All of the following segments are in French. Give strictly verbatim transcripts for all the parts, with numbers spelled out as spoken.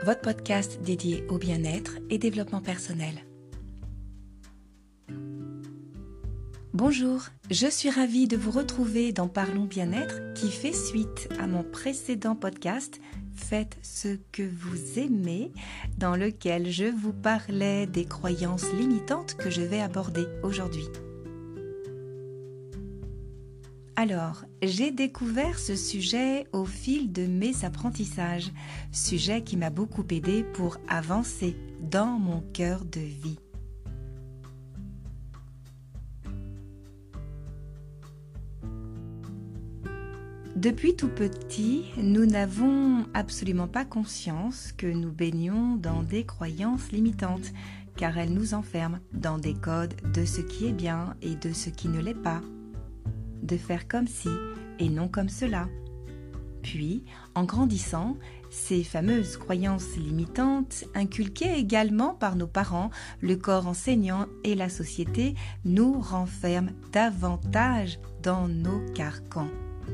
votre podcast dédié au bien-être et développement personnel. Bonjour, je suis ravie de vous retrouver dans Parlons Bien-être qui fait suite à mon précédent podcast Faites ce que vous aimez, dans lequel je vous parlais des croyances limitantes que je vais aborder aujourd'hui. Alors, j'ai découvert ce sujet au fil de mes apprentissages, sujet qui m'a beaucoup aidé pour avancer dans mon cœur de vie. Depuis tout petit, nous n'avons absolument pas conscience que nous baignons dans des croyances limitantes, car elles nous enferment dans des codes de ce qui est bien et de ce qui ne l'est pas, de faire comme ci et non comme cela. Puis, en grandissant, ces fameuses croyances limitantes, inculquées également par nos parents, le corps enseignant et la société, nous renferment davantage dans nos carcans.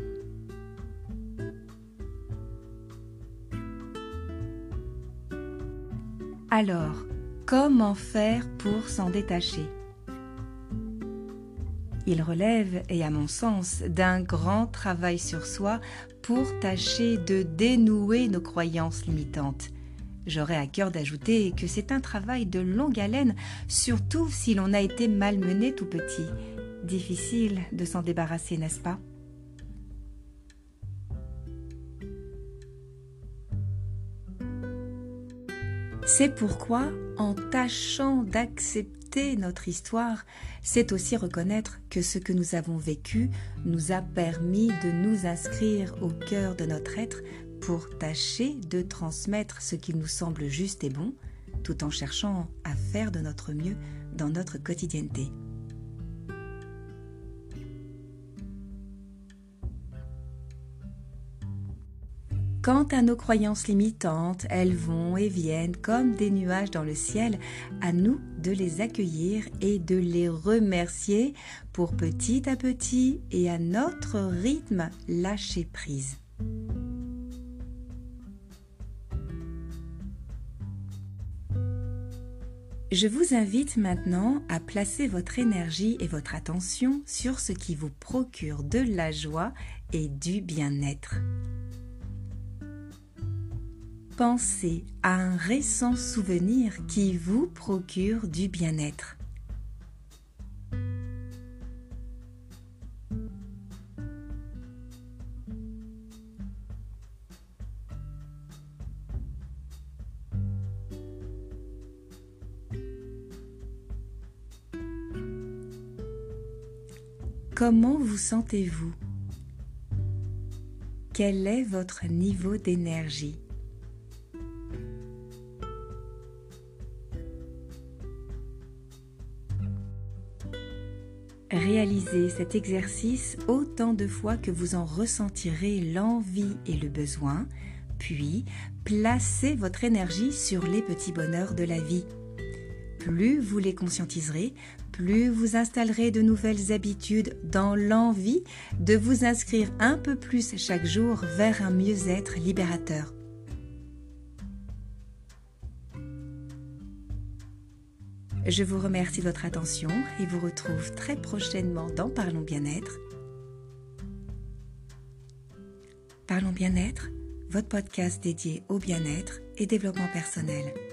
Alors, comment faire pour s'en détacher ? Il relève, et à mon sens, d'un grand travail sur soi pour tâcher de dénouer nos croyances limitantes. J'aurais à cœur d'ajouter que c'est un travail de longue haleine, surtout si l'on a été malmené tout petit. Difficile de s'en débarrasser, n'est-ce pas ? C'est pourquoi, en tâchant d'accepter notre histoire, c'est aussi reconnaître que ce que nous avons vécu nous a permis de nous inscrire au cœur de notre être pour tâcher de transmettre ce qui nous semble juste et bon, tout en cherchant à faire de notre mieux dans notre quotidienneté. Quant à nos croyances limitantes, elles vont et viennent comme des nuages dans le ciel, à nous de les accueillir et de les remercier pour petit à petit et à notre rythme lâcher prise. Je vous invite maintenant à placer votre énergie et votre attention sur ce qui vous procure de la joie et du bien-être. Pensez à un récent souvenir qui vous procure du bien-être. Comment vous sentez-vous ? Quel est votre niveau d'énergie ? Réalisez cet exercice autant de fois que vous en ressentirez l'envie et le besoin, puis placez votre énergie sur les petits bonheurs de la vie. Plus vous les conscientiserez, plus vous installerez de nouvelles habitudes dans l'envie de vous inscrire un peu plus chaque jour vers un mieux-être libérateur. Je vous remercie de votre attention et vous retrouve très prochainement dans Parlons Bien-être. Parlons Bien-être, votre podcast dédié au bien-être et développement personnel.